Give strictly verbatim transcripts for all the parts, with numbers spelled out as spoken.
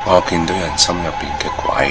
我見到人心入邊嘅鬼。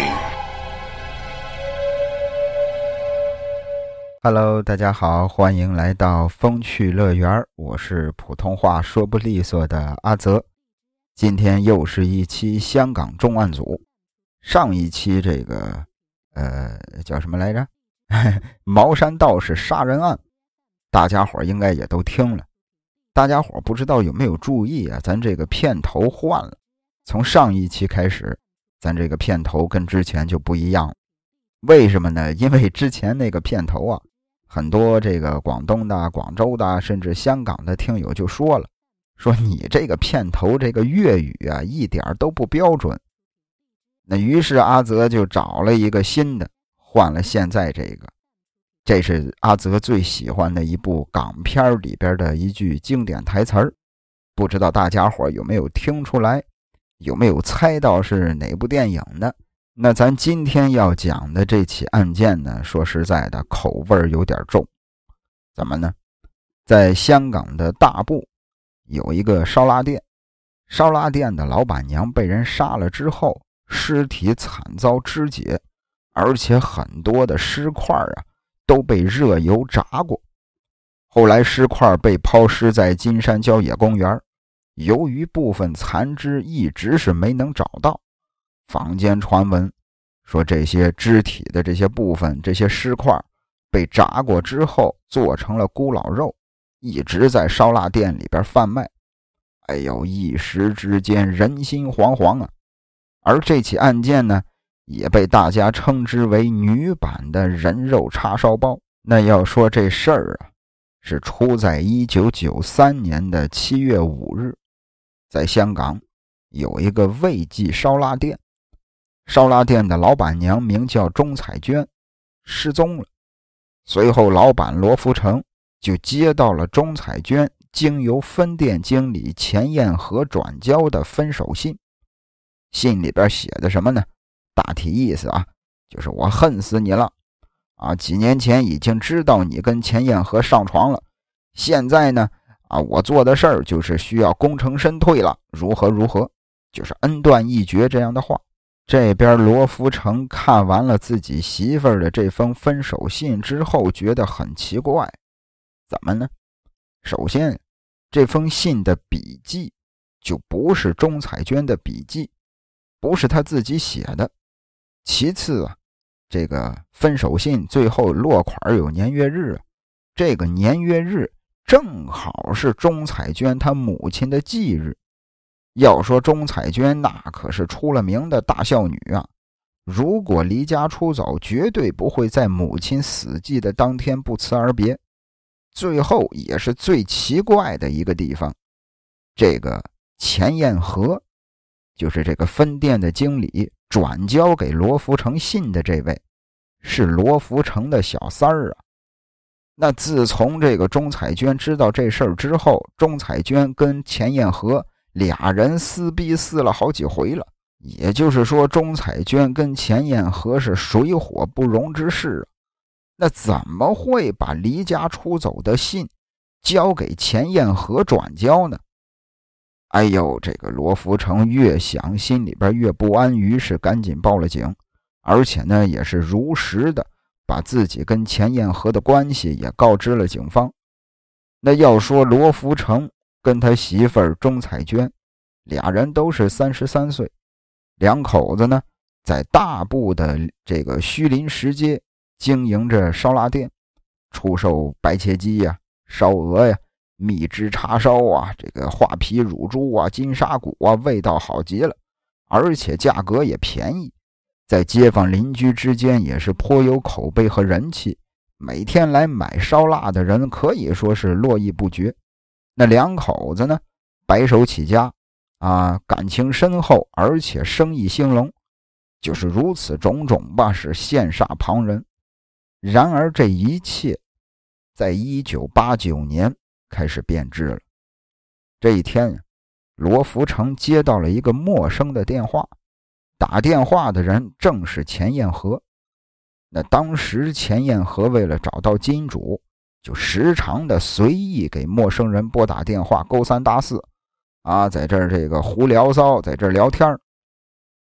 Hello， 大家好，欢迎来到风趣乐园，我是普通话说不利索的阿泽。今天又是一期香港重案组，上一期这个呃叫什么来着？茅山道士杀人案，大家伙应该也都听了。大家伙不知道有没有注意啊？咱这个片头换了，从上一期开始，咱这个片头跟之前就不一样了。为什么呢？因为之前那个片头啊，很多这个广东的、广州的，甚至香港的听友就说了，说你这个片头这个粤语啊，一点都不标准。那于是阿泽就找了一个新的，换了现在这个。这是阿泽最喜欢的一部港片里边的一句经典台词儿，不知道大家伙有没有听出来，有没有猜到是哪部电影呢？那咱今天要讲的这起案件呢，说实在的，口味有点重。怎么呢？在香港的大埔有一个烧腊店，烧腊店的老板娘被人杀了之后，尸体惨遭肢解，而且很多的尸块啊都被热油炸过。后来尸块被抛尸在金山郊野公园，由于部分残肢一直是没能找到，坊间传闻说这些肢体的这些部分，这些尸块被炸过之后做成了咕老肉，一直在烧腊店里边贩卖。哎呦，一时之间人心惶惶啊！而这起案件呢，也被大家称之为女版的人肉叉烧包。那要说这事儿啊，是出在一九九三年的七月五日，在香港有一个味记烧腊店，烧腊店的老板娘名叫钟彩娟，失踪了。随后老板罗福成就接到了钟彩娟经由分店经理钱彦和转交的分手信。信里边写的什么呢？大体意思啊，就是我恨死你了啊！几年前已经知道你跟钱彦和上床了，现在呢啊，我做的事儿就是需要功成身退了，如何如何，就是恩断义绝这样的话。这边罗福成看完了自己媳妇儿的这封分手信之后，觉得很奇怪。怎么呢？首先，这封信的笔迹就不是钟彩娟的笔迹，不是他自己写的。其次啊，这个分手信最后落款有年月日啊，这个年月日正好是钟彩娟她母亲的忌日。要说钟彩娟那可是出了名的大孝女啊，如果离家出走，绝对不会在母亲死忌的当天不辞而别。最后也是最奇怪的一个地方，这个钱彦和，就是这个分店的经理转交给罗福成信的这位，是罗福成的小三儿啊。那自从这个钟彩娟知道这事儿之后，钟彩娟跟钱彦和俩人撕逼撕了好几回了，也就是说钟彩娟跟钱彦和是水火不容之事啊。那怎么会把离家出走的信交给钱彦和转交呢？哎呦，这个罗福成越想心里边越不安，于是赶紧报了警，而且呢也是如实的把自己跟钱彦和的关系也告知了警方。那要说罗福成跟他媳妇儿钟彩娟，俩人都是三十三岁，两口子呢在大埔的这个须林石街经营着烧腊店，出售白切鸡呀、烧鹅呀、蜜汁叉烧啊、这个画皮乳猪啊、金沙骨啊，味道好极了，而且价格也便宜，在街坊邻居之间也是颇有口碑和人气，每天来买烧腊的人可以说是络绎不绝。那两口子呢，白手起家啊，感情深厚，而且生意兴隆，就是如此种种吧，是羡煞旁人。然而这一切在一九八九年开始变质了。这一天，罗福成接到了一个陌生的电话，打电话的人正是钱彦和。那当时钱彦和为了找到金主，就时常的随意给陌生人拨打电话，勾三搭四啊，在这儿这个胡聊骚，在这儿聊天。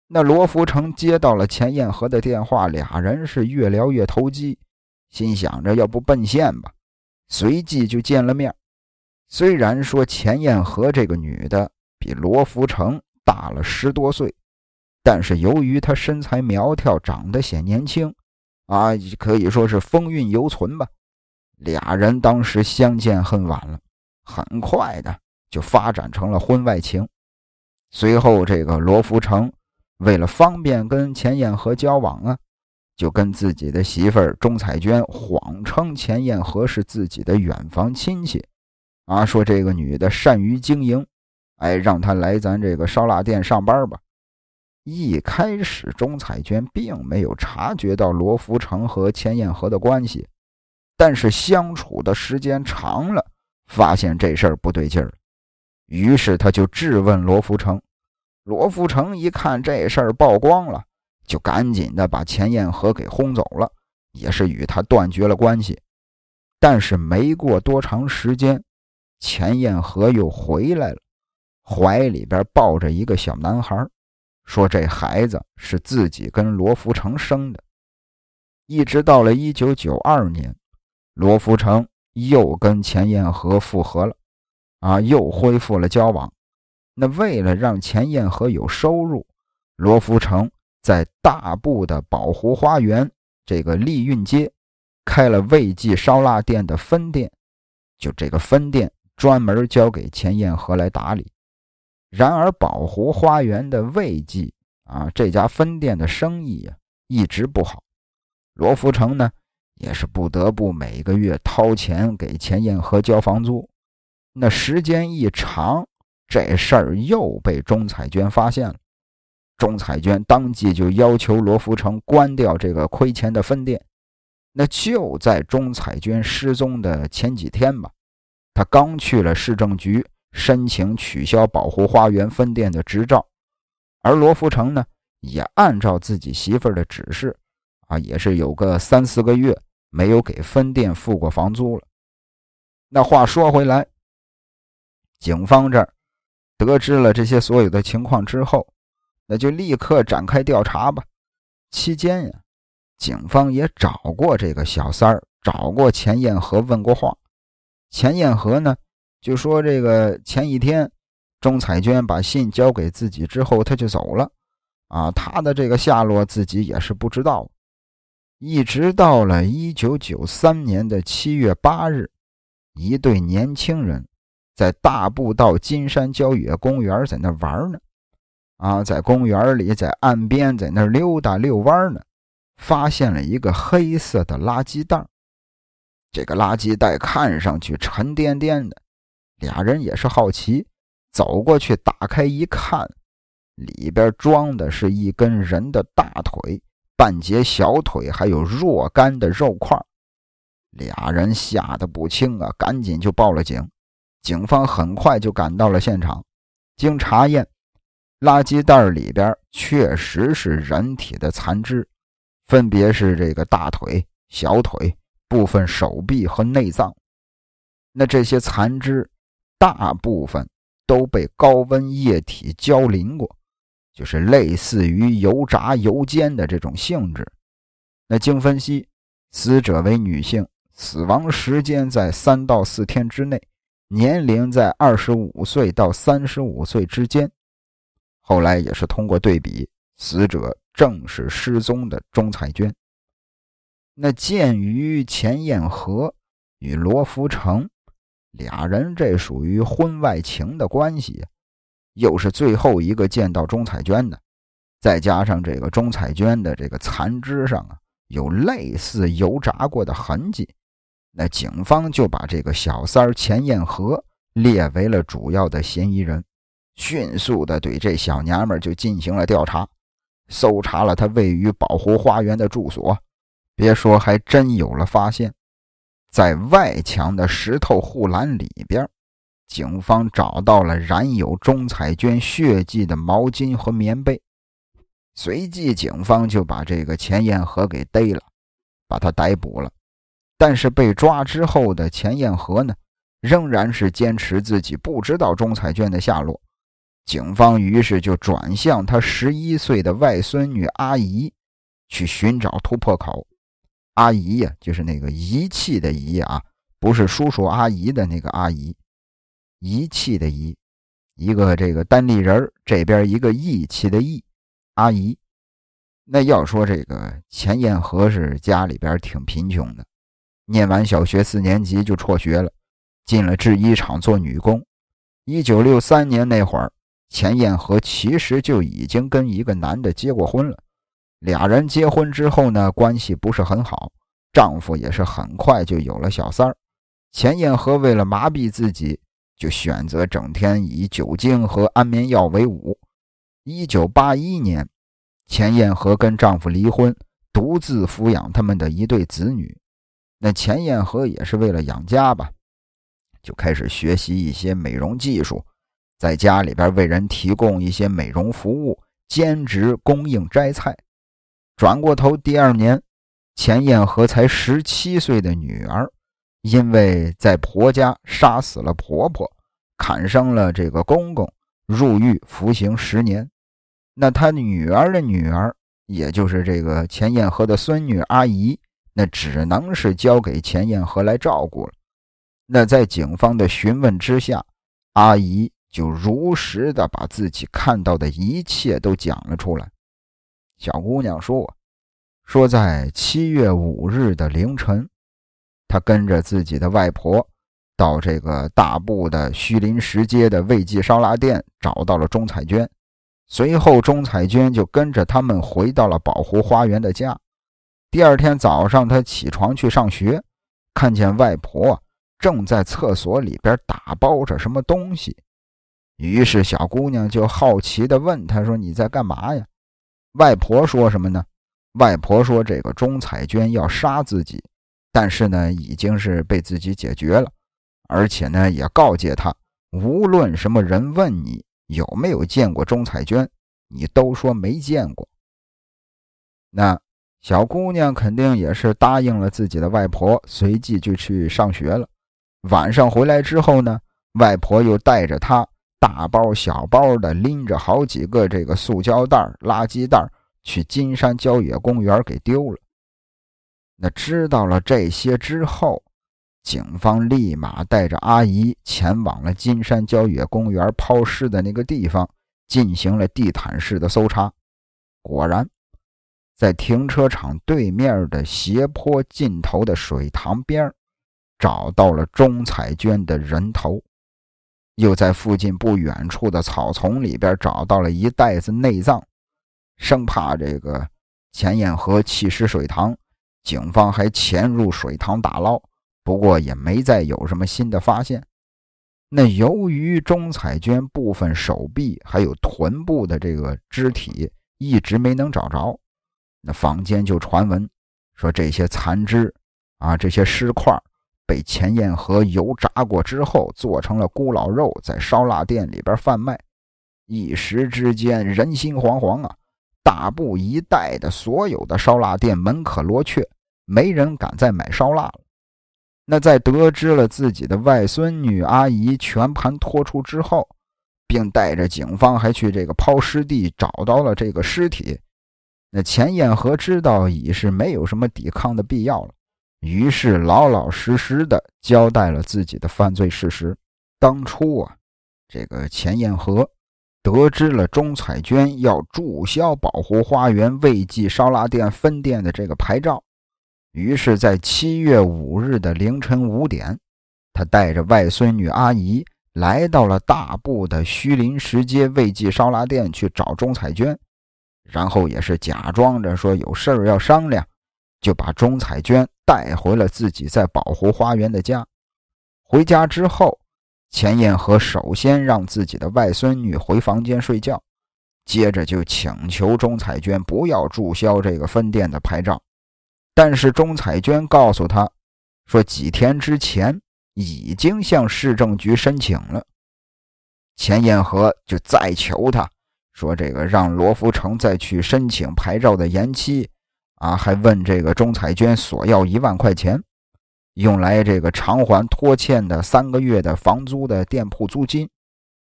那罗福成接到了钱彦和的电话，俩人是越聊越投机，心想着要不奔现吧，随即就见了面。虽然说钱彦和这个女的比罗福成大了十多岁，但是由于她身材苗条，长得显年轻啊，可以说是风韵犹存吧。俩人当时相见恨晚了，很快的就发展成了婚外情。随后这个罗福成为了方便跟钱彦和交往啊，就跟自己的媳妇儿钟彩娟谎称钱彦和是自己的远房亲戚啊，说这个女的善于经营，哎，让她来咱这个烧腊店上班吧。一开始钟彩娟并没有察觉到罗福成和钱彦和的关系，但是相处的时间长了，发现这事儿不对劲儿，于是他就质问罗福成。罗福成一看这事儿曝光了，就赶紧的把钱彦和给轰走了，也是与他断绝了关系。但是没过多长时间，钱彦和又回来了，怀里边抱着一个小男孩，说这孩子是自己跟罗福成生的。一直到了一九九二年，罗福成又跟钱彦和复合了啊，又恢复了交往。那为了让钱彦和有收入，罗福成在大埔的宝湖花园这个利运街开了味记烧腊店的分店，就这个分店专门交给钱彦和来打理。然而宝湖花园的味记啊，这家分店的生意啊一直不好，罗福成呢也是不得不每个月掏钱给钱彦和交房租。那时间一长，这事儿又被钟彩娟发现了。钟彩娟当即就要求罗福成关掉这个亏钱的分店。那就在钟彩娟失踪的前几天吧，他刚去了市政局申请取消宝湖花园分店的执照，而罗福成呢也按照自己媳妇儿的指示啊，也是有个三四个月没有给分店付过房租了。那话说回来，警方这儿得知了这些所有的情况之后，那就立刻展开调查吧。期间呀，警方也找过这个小三儿，找过钱彦和问过话。钱彦和呢就说这个前一天钟彩娟把信交给自己之后他就走了啊，他的这个下落自己也是不知道。一直到了一九九三年的七月八日，一对年轻人在大步道金山郊野公园在那玩呢啊，在公园里在岸边在那溜达遛弯呢，发现了一个黑色的垃圾袋。这个垃圾袋看上去沉甸甸的，俩人也是好奇，走过去打开一看，里边装的是一根人的大腿、半截小腿还有若干的肉块。俩人吓得不轻啊，赶紧就报了警。警方很快就赶到了现场，经查验，垃圾袋里边确实是人体的残肢，分别是这个大腿、小腿、部分手臂和内脏。那这些残肢大部分都被高温液体浇淋过，就是类似于油炸油煎的这种性质。那经分析，死者为女性，死亡时间在三到四天之内，年龄在二十五岁到三十五岁之间。后来也是通过对比，死者正是失踪的钟彩娟。那鉴于钱彦和与罗福成俩人这属于婚外情的关系，又是最后一个见到钟彩娟的，再加上这个钟彩娟的这个残肢上啊有类似油炸过的痕迹，那警方就把这个小三儿钱彦和列为了主要的嫌疑人，迅速的对这小娘们就进行了调查，搜查了他位于宝湖花园的住所。别说还真有了发现，在外墙的石头护栏里边，警方找到了染有钟彩娟血迹的毛巾和棉被。随即警方就把这个钱彦和给逮了，把他逮捕了。但是被抓之后的钱彦和呢，仍然是坚持自己不知道钟彩娟的下落。 警方于是就转向他十一岁的外孙女阿姨去寻找突破口。阿姨呀、啊，就是那个遗弃的遗啊，不是叔叔阿姨的那个阿姨，遗弃的遗，一个这个单立人，这边一个义气的义，阿姨。那要说这个钱彦和是家里边挺贫穷的，念完小学四年级就辍学了，进了制衣厂做女工。一九六三年那会儿，钱彦和其实就已经跟一个男的结过婚了。俩人结婚之后呢，关系不是很好，丈夫也是很快就有了小三儿。钱彦和为了麻痹自己，就选择整天以酒精和安眠药为伍。一九八一年，钱彦和跟丈夫离婚，独自抚养他们的一对子女。那钱彦和也是为了养家吧，就开始学习一些美容技术，在家里边为人提供一些美容服务，兼职供应摘菜。转过头第二年，钱彦和才十七岁的女儿因为在婆家杀死了婆婆，砍伤了这个公公，入狱服刑十年。那他女儿的女儿，也就是这个钱彦和的孙女阿姨，那只能是交给钱彦和来照顾了。那在警方的询问之下，阿姨就如实的把自己看到的一切都讲了出来。小姑娘说说在七月五日的凌晨，她跟着自己的外婆到这个大埠的须林石街的味记烧腊店找到了钟彩娟，随后钟彩娟就跟着他们回到了宝湖花园的家。第二天早上，她起床去上学，看见外婆正在厕所里边打包着什么东西，于是小姑娘就好奇地问她说：“你在干嘛呀？”外婆说什么呢？外婆说这个钟彩娟要杀自己，但是呢已经是被自己解决了，而且呢也告诫她，无论什么人问你有没有见过钟彩娟，你都说没见过。那小姑娘肯定也是答应了自己的外婆，随即就去上学了。晚上回来之后呢，外婆又带着她大包小包的拎着好几个这个塑胶袋、垃圾袋去金山郊野公园给丢了。那知道了这些之后，警方立马带着阿姨前往了金山郊野公园抛尸的那个地方，进行了地毯式的搜查。果然，在停车场对面的斜坡尽头的水塘边，找到了钟彩娟的人头。又在附近不远处的草丛里边找到了一袋子内脏，生怕这个钱彦和弃尸水塘，警方还潜入水塘打捞，不过也没再有什么新的发现。那由于钟彩娟部分手臂还有臀部的这个肢体一直没能找着，那坊间就传闻说这些残肢啊，这些尸块被钱彦和油炸过之后做成了咕老肉，在烧腊店里边贩卖。一时之间人心惶惶啊，大埠一带的所有的烧腊店门可罗雀，没人敢再买烧腊了。那在得知了自己的外孙女阿姨全盘托出之后，并带着警方还去这个抛尸地找到了这个尸体，那钱彦和知道已是没有什么抵抗的必要了，于是老老实实的交代了自己的犯罪事实。当初啊，这个钱彦和得知了钟彩娟要注销宝湖花园味记烧腊店分店的这个牌照，于是在七月五日的凌晨五点，他带着外孙女阿姨来到了大埠的须林石街味记烧腊店去找钟彩娟，然后也是假装着说有事儿要商量，就把钟彩娟带回了自己在宝湖花园的家。回家之后，钱彦和首先让自己的外孙女回房间睡觉，接着就请求钟彩娟不要注销这个分店的牌照。但是钟彩娟告诉他说，几天之前已经向市政局申请了。钱彦和就再求他说，这个让罗福成再去申请牌照的延期啊，还问这个钟彩娟索要一万块钱，用来这个偿还拖欠的三个月的房租的店铺租金。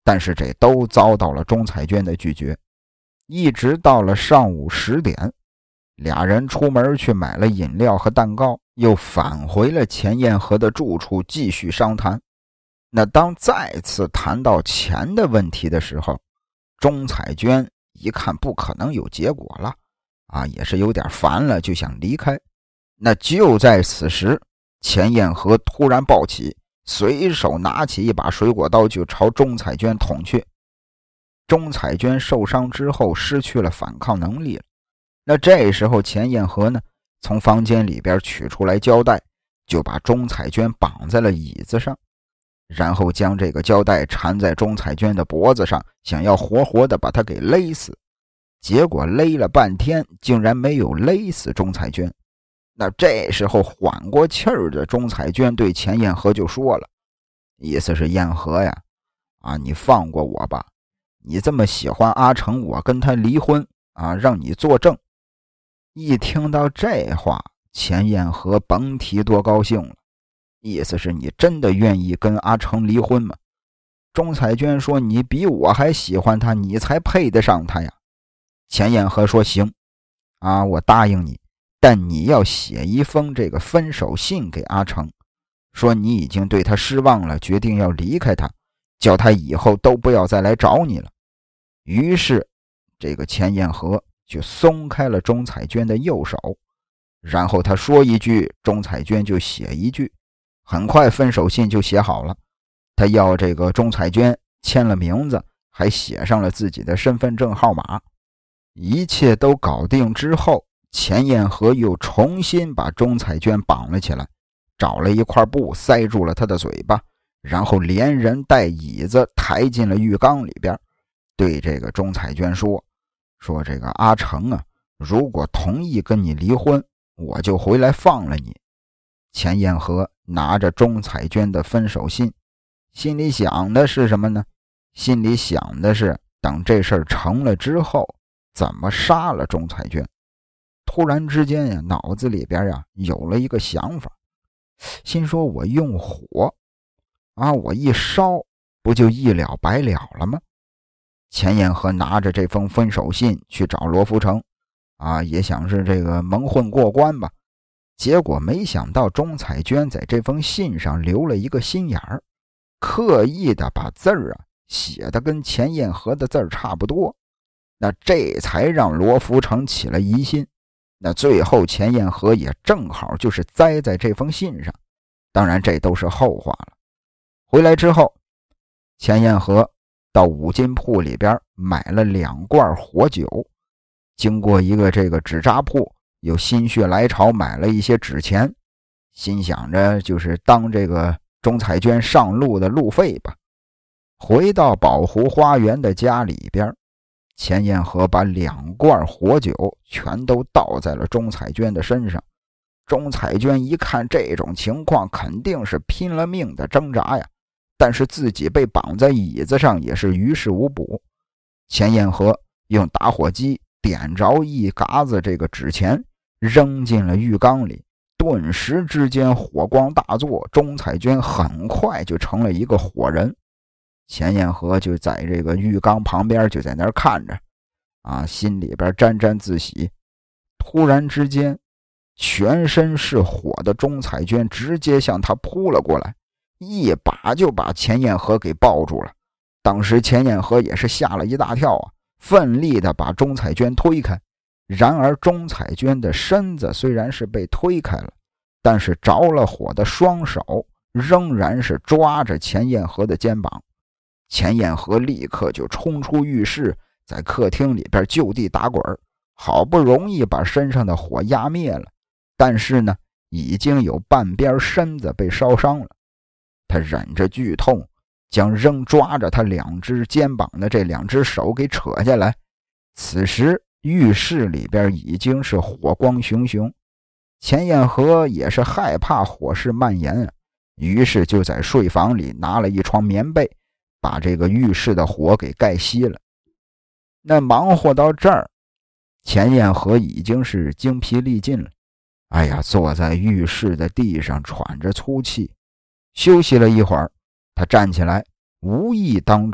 但是这都遭到了钟彩娟的拒绝。一直到了上午十点，俩人出门去买了饮料和蛋糕，又返回了钱彦和的住处继续商谈。那当再次谈到钱的问题的时候，钟彩娟一看不可能有结果了啊，也是有点烦了，就想离开。那就在此时，钱彦和突然暴起，随手拿起一把水果刀就朝钟彩娟捅去。钟彩娟受伤之后失去了反抗能力了。那这时候钱彦和呢，从房间里边取出来胶带，就把钟彩娟绑在了椅子上，然后将这个胶带缠在钟彩娟的脖子上，想要活活的把她给勒死。结果勒了半天，竟然没有勒死钟彩娟。那这时候缓过气儿的钟彩娟对钱彦和就说了，意思是彦和呀，啊，你放过我吧，你这么喜欢阿成，我跟他离婚啊，让你作证。一听到这话，钱彦和甭提多高兴了，意思是你真的愿意跟阿成离婚吗？钟彩娟说，你比我还喜欢他，你才配得上他呀。钱彦和说，行啊，我答应你，但你要写一封这个分手信给阿成，说你已经对他失望了，决定要离开他，叫他以后都不要再来找你了。于是这个钱彦和就松开了钟彩娟的右手，然后他说一句，钟彩娟就写一句，很快分手信就写好了。他要这个钟彩娟签了名字，还写上了自己的身份证号码。一切都搞定之后，钱彦和又重新把钟彩娟绑了起来，找了一块布塞住了她的嘴巴，然后连人带椅子抬进了浴缸里边，对这个钟彩娟说说这个阿成啊，如果同意跟你离婚，我就回来放了你。钱彦和拿着钟彩娟的分手信，心里想的是什么呢？心里想的是等这事儿成了之后怎么杀了钟彩娟。突然之间呀，脑子里边呀有了一个想法，心说我用火啊，我一烧不就一了百了了吗？钱彦和拿着这封分手信去找罗福成啊，也想是这个蒙混过关吧。结果没想到钟彩娟在这封信上留了一个心眼儿，刻意的把字儿啊写的跟钱彦和的字儿差不多，那这才让罗福成起了疑心。那最后钱彦和也正好就是栽在这封信上，当然这都是后话了。回来之后，钱彦和到五金铺里边买了两罐火酒，经过一个这个纸扎铺，又心血来潮买了一些纸钱，心想着就是当这个钟彩娟上路的路费吧。回到宝湖花园的家里边，钱彦和把两罐火酒全都倒在了钟彩娟的身上。钟彩娟一看这种情况，肯定是拼了命的挣扎呀，但是自己被绑在椅子上也是于事无补。钱彦和用打火机点着一嘎子这个纸钱，扔进了浴缸里，顿时之间火光大作，钟彩娟很快就成了一个火人。钱彦和就在这个浴缸旁边就在那儿看着啊，心里边沾沾自喜。突然之间，全身是火的钟彩娟直接向他扑了过来，一把就把钱彦和给抱住了。当时钱彦和也是吓了一大跳啊，奋力的把钟彩娟推开。然而钟彩娟的身子虽然是被推开了，但是着了火的双手仍然是抓着钱彦和的肩膀。钱彦和立刻就冲出浴室，在客厅里边就地打滚，好不容易把身上的火压灭了，但是呢已经有半边身子被烧伤了。他忍着剧痛，将仍抓着他两只肩膀的这两只手给扯下来。此时浴室里边已经是火光熊熊，钱彦和也是害怕火势蔓延，于是就在睡房里拿了一床棉被，把这个浴室的火给盖熄了。那忙活到这儿，钱彦和已经是精疲力尽了，哎呀，坐在浴室的地上喘着粗气。休息了一会儿，他站起来，无意当中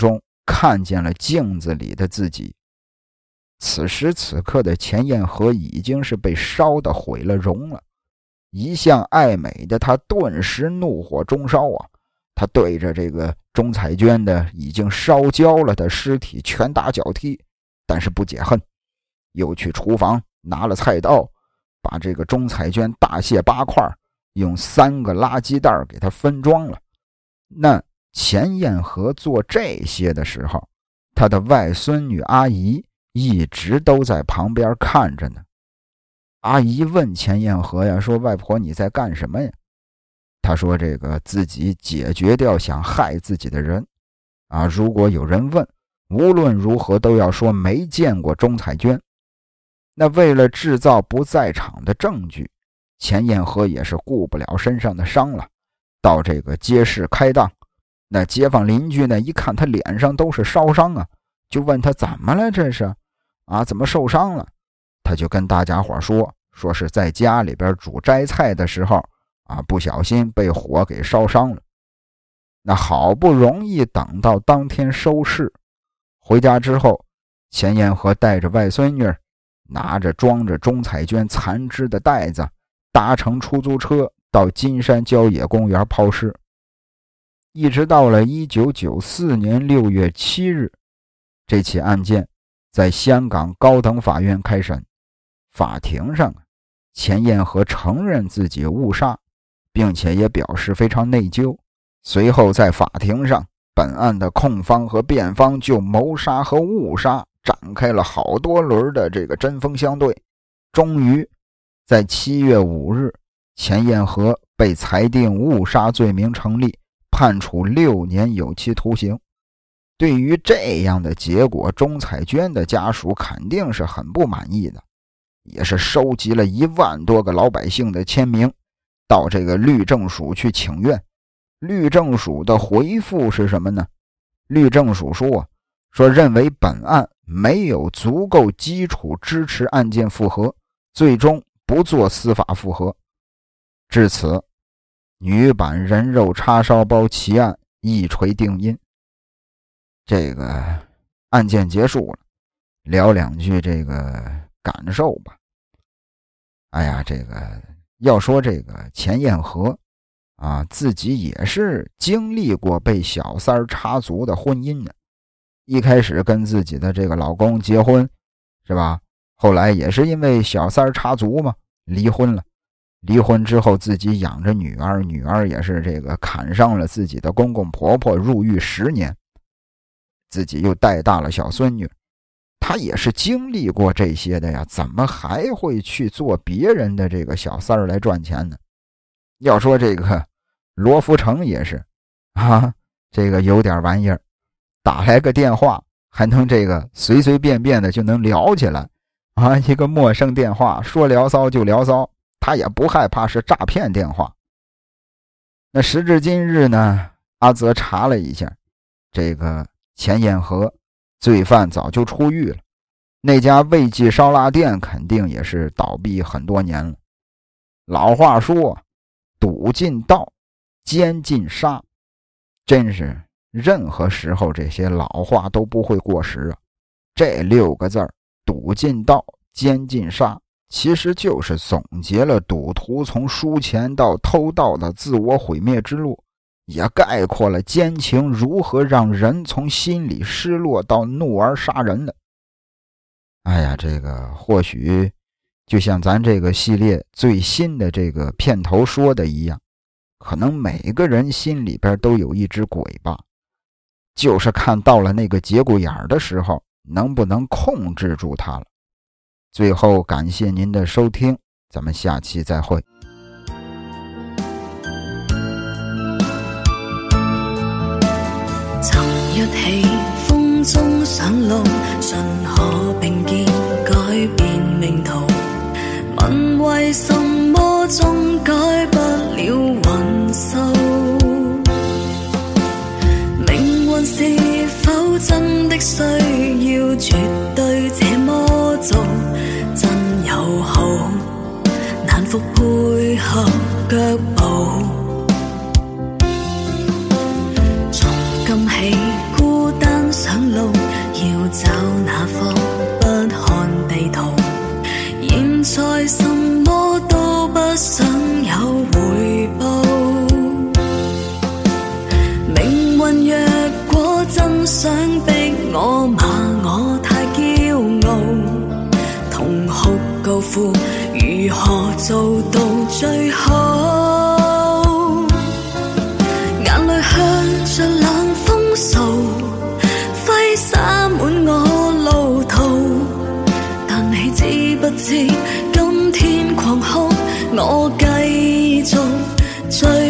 看见了镜子里的自己。此时此刻的钱彦和已经是被烧得毁了容了，一向爱美的他顿时怒火中烧啊！他对着这个钟彩娟的已经烧焦了的尸体拳打脚踢，但是不解恨，又去厨房拿了菜刀，把这个钟彩娟大卸八块，用三个垃圾袋给他分装了。那钱彦和做这些的时候，他的外孙女阿姨一直都在旁边看着呢。阿姨问钱彦和呀，说外婆你在干什么呀？他说这个自己解决掉想害自己的人啊，如果有人问，无论如何都要说没见过钟彩娟。那为了制造不在场的证据，钱彦和也是顾不了身上的伤了，到这个街市开档。那街坊邻居呢，一看他脸上都是烧伤啊，就问他怎么了，这是啊，怎么受伤了？他就跟大家伙说，说是在家里边煮摘菜的时候啊，不小心被火给烧伤了。那好不容易等到当天收市，回家之后，钱彦和带着外孙女，拿着装着钟彩娟残肢的袋子，搭乘出租车到金山郊野公园抛尸。一直到了一九九四年六月七日，这起案件在香港高等法院开审。法庭上，钱彦和承认自己误杀，并且也表示非常内疚。随后在法庭上，本案的控方和辩方就谋杀和误杀展开了好多轮的这个针锋相对。终于在七月五日，钱彦和被裁定误杀罪名成立，判处六年有期徒刑。对于这样的结果，钟彩娟的家属肯定是很不满意的，也是收集了一万多个老百姓的签名，到这个律政署去请愿。律政署的回复是什么呢？律政署说，说认为本案没有足够基础支持案件复核，最终不做司法复核。至此，女版人肉叉烧包奇案一锤定音。这个案件结束了，聊两句这个感受吧。哎呀，这个要说这个钱彦和啊，自己也是经历过被小三儿插足的婚姻呢。一开始跟自己的这个老公结婚，是吧？后来也是因为小三儿插足嘛，离婚了。离婚之后自己养着女儿，女儿也是这个砍伤了自己的公公婆婆，入狱十年。自己又带大了小孙女，他也是经历过这些的呀，怎么还会去做别人的这个小三儿来赚钱呢？要说这个罗福成也是啊，这个有点玩意儿，打来个电话还能这个随随便便的就能聊起来啊，一个陌生电话说聊骚就聊骚，他也不害怕是诈骗电话。那时至今日呢，阿泽查了一下，这个钱彦和罪犯早就出狱了，那家味记烧腊店肯定也是倒闭很多年了。老话说，赌尽道，奸尽杀，真是任何时候这些老话都不会过时啊。这六个字儿，赌尽道，奸尽杀，其实就是总结了赌徒从输钱到偷盗的自我毁灭之路，也概括了奸情如何让人从心里失落到怒而杀人的。哎呀，这个或许就像咱这个系列最新的这个片头说的一样，可能每个人心里边都有一只鬼吧，就是看到了那个节骨眼的时候能不能控制住它了。最后感谢您的收听，咱们下期再会。 尋一起風中上路，順可並肩改變命途。問為什麼終改不了運數？命運是否真的需要絕對這麼做？真友好難復配合腳步。今起孤單上路，要找那方不看地圖。現在什麼都不想有回報，命運若果真想逼我罵我太驕傲，同哭高呼如何做到最好，眼淚向着冷風掃，揮灑滿我路途，但你知不知今天狂哭，我繼續追